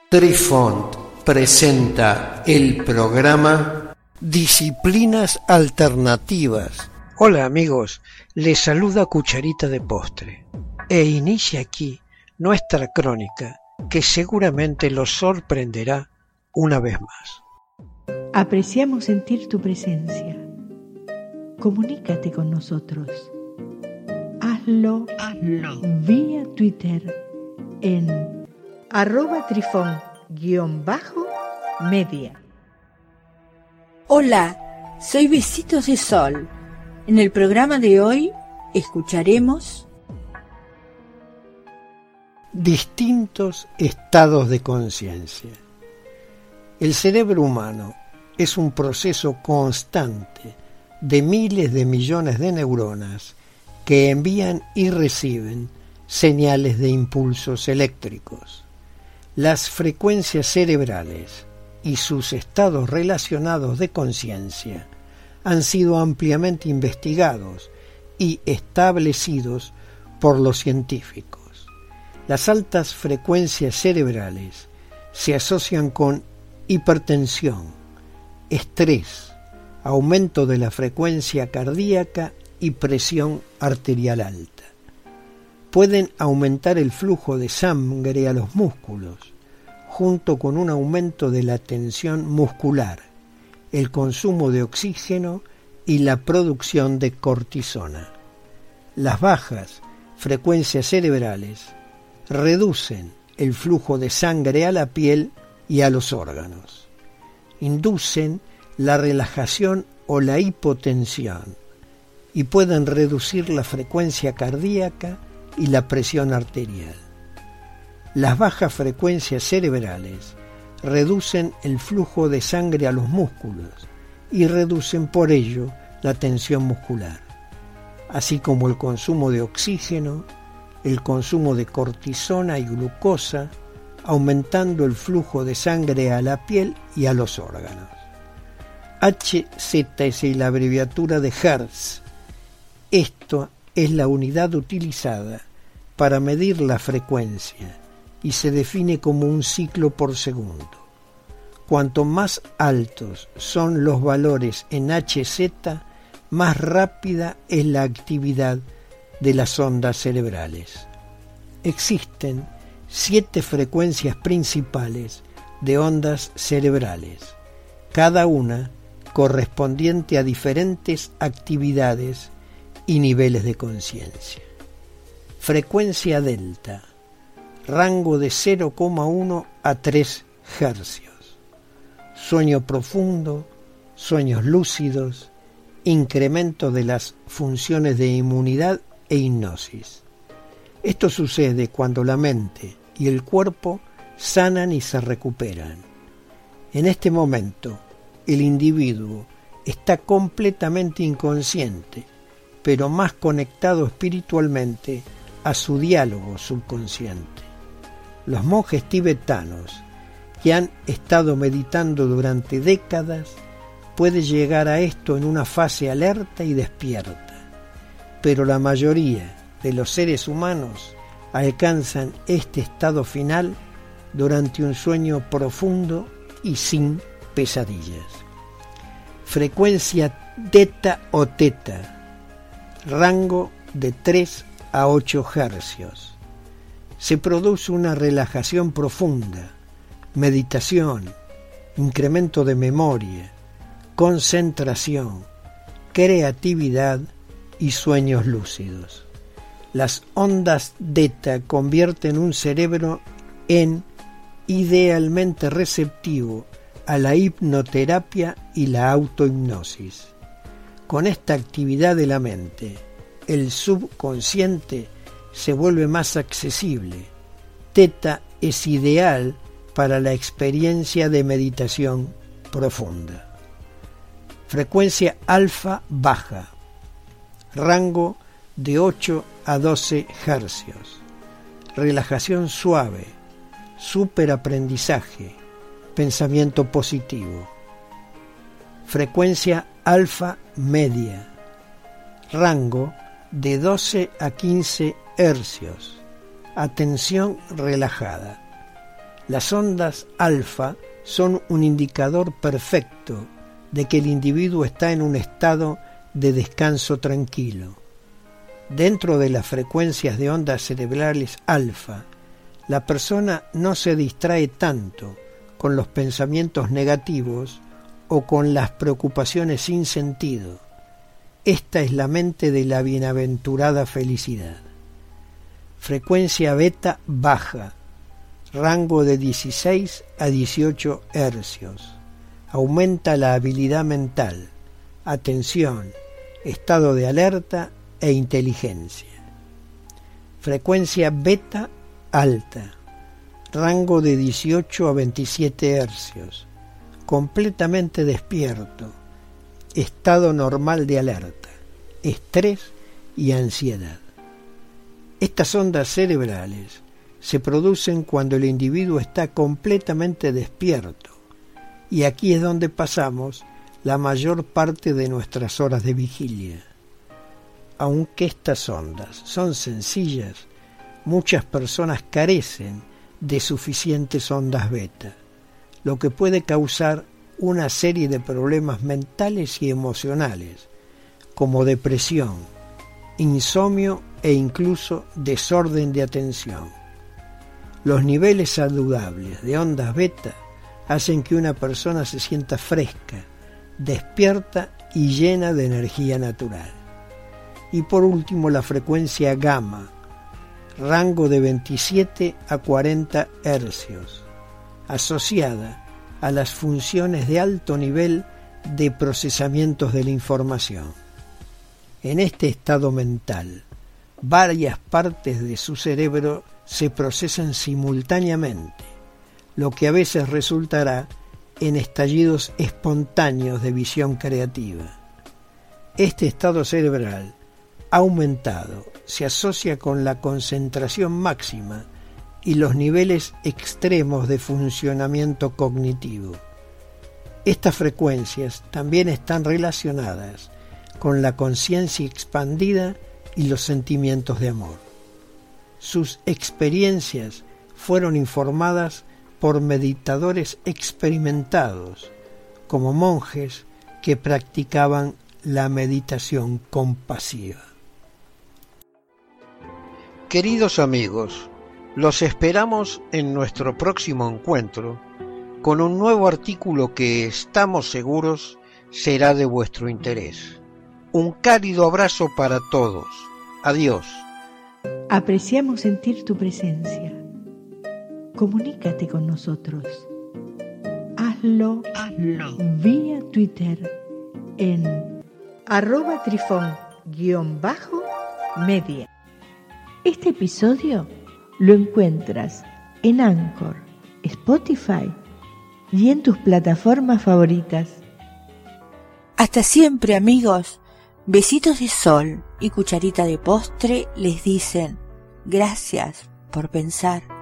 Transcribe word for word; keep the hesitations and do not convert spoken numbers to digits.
Trifont presenta el programa Disciplinas Alternativas. Hola amigos, les saluda Cucharita de Postre e inicia aquí nuestra crónica que seguramente los sorprenderá una vez más. Apreciamos sentir tu presencia. Comunícate con nosotros. Hazlo, Hazlo. vía Twitter en arroba trifón guión bajo media. Hola, soy Besitos de Sol. En el programa de hoy escucharemos distintos estados de conciencia. El cerebro humano es un proceso constante de miles de millones de neuronas que envían y reciben señales de impulsos eléctricos. Las frecuencias cerebrales y sus estados relacionados de conciencia han sido ampliamente investigados y establecidos por los científicos. Las altas frecuencias cerebrales se asocian con hipertensión, estrés, aumento de la frecuencia cardíaca y presión arterial alta. Pueden aumentar el flujo de sangre a los músculos, junto con un aumento de la tensión muscular, el consumo de oxígeno y la producción de cortisona. Las bajas frecuencias cerebrales reducen el flujo de sangre a la piel y a los órganos. Inducen la relajación o la hipotensión y pueden reducir la frecuencia cardíaca y la presión arterial. Las bajas frecuencias cerebrales reducen el flujo de sangre a los músculos y reducen por ello la tensión muscular, así como el consumo de oxígeno, el consumo de cortisona y glucosa, aumentando el flujo de sangre a la piel y a los órganos. H Z es la abreviatura de Hertz. Esto es la unidad utilizada para medir la frecuencia y se define como un ciclo por segundo. Cuanto más altos son los valores en H Z, más rápida es la actividad de las ondas cerebrales. Existen siete frecuencias principales de ondas cerebrales, cada una correspondiente a diferentes actividades y niveles de conciencia. Frecuencia delta, rango de cero coma uno a tres hercios. Sueño profundo, sueños lúcidos, incremento de las funciones de inmunidad e hipnosis. Esto sucede cuando la mente y el cuerpo sanan y se recuperan. En este momento, el individuo está completamente inconsciente, pero más conectado espiritualmente a su diálogo subconsciente. Los monjes tibetanos, que han estado meditando durante décadas, pueden llegar a esto en una fase alerta y despierta, pero la mayoría de los seres humanos alcanzan este estado final durante un sueño profundo y sin pesadillas. Frecuencia teta o teta, rango de tres a ocho hercios. Se produce una relajación profunda, meditación, incremento de memoria, concentración, creatividad y sueños lúcidos. Las ondas delta convierten un cerebro en idealmente receptivo a la hipnoterapia y la autohipnosis. Con esta actividad de la mente, el subconsciente se vuelve más accesible. Teta es ideal para la experiencia de meditación profunda. Frecuencia alfa baja, rango de ocho a doce hercios. Relajación suave, superaprendizaje, pensamiento positivo. Frecuencia alfa media, rango de doce a quince hercios. Atención relajada. Las ondas alfa son un indicador perfecto de que el individuo está en un estado de descanso tranquilo. Dentro de las frecuencias de ondas cerebrales alfa, la persona no se distrae tanto con los pensamientos negativos o con las preocupaciones sin sentido. Esta es la mente de la bienaventurada felicidad. Frecuencia beta baja, rango de dieciséis a dieciocho hercios. Aumenta la habilidad mental, atención, estado de alerta e inteligencia. Frecuencia beta alta, rango de dieciocho a veintisiete hercios, completamente despierto, estado normal de alerta, estrés y ansiedad. Estas ondas cerebrales se producen cuando el individuo está completamente despierto, y aquí es donde pasamos la mayor parte de nuestras horas de vigilia. Aunque estas ondas son sencillas, muchas personas carecen de suficientes ondas beta, lo que puede causar una serie de problemas mentales y emocionales, como depresión, insomnio e incluso desorden de atención. Los niveles saludables de ondas beta hacen que una persona se sienta fresca, despierta y llena de energía natural. Y por último, la frecuencia gamma, rango de veintisiete a cuarenta hercios, asociada a las funciones de alto nivel de procesamientos de la información. En este estado mental, varias partes de su cerebro se procesan simultáneamente, lo que a veces resultará en estallidos espontáneos de visión creativa. Este estado cerebral aumentado se asocia con la concentración máxima y los niveles extremos de funcionamiento cognitivo. Estas frecuencias también están relacionadas con la conciencia expandida y los sentimientos de amor. Sus experiencias fueron informadas por meditadores experimentados, como monjes que practicaban la meditación compasiva. Queridos amigos, los esperamos en nuestro próximo encuentro con un nuevo artículo que estamos seguros será de vuestro interés. Un cálido abrazo para todos. Adiós. Apreciamos sentir tu presencia. Comunícate con nosotros. Hazlo, Hazlo. vía Twitter en arroba trifón guión bajo media. Este episodio lo encuentras en Anchor, Spotify y en tus plataformas favoritas. Hasta siempre, amigos. Besitos de sol y cucharita de postre les dicen gracias por pensar.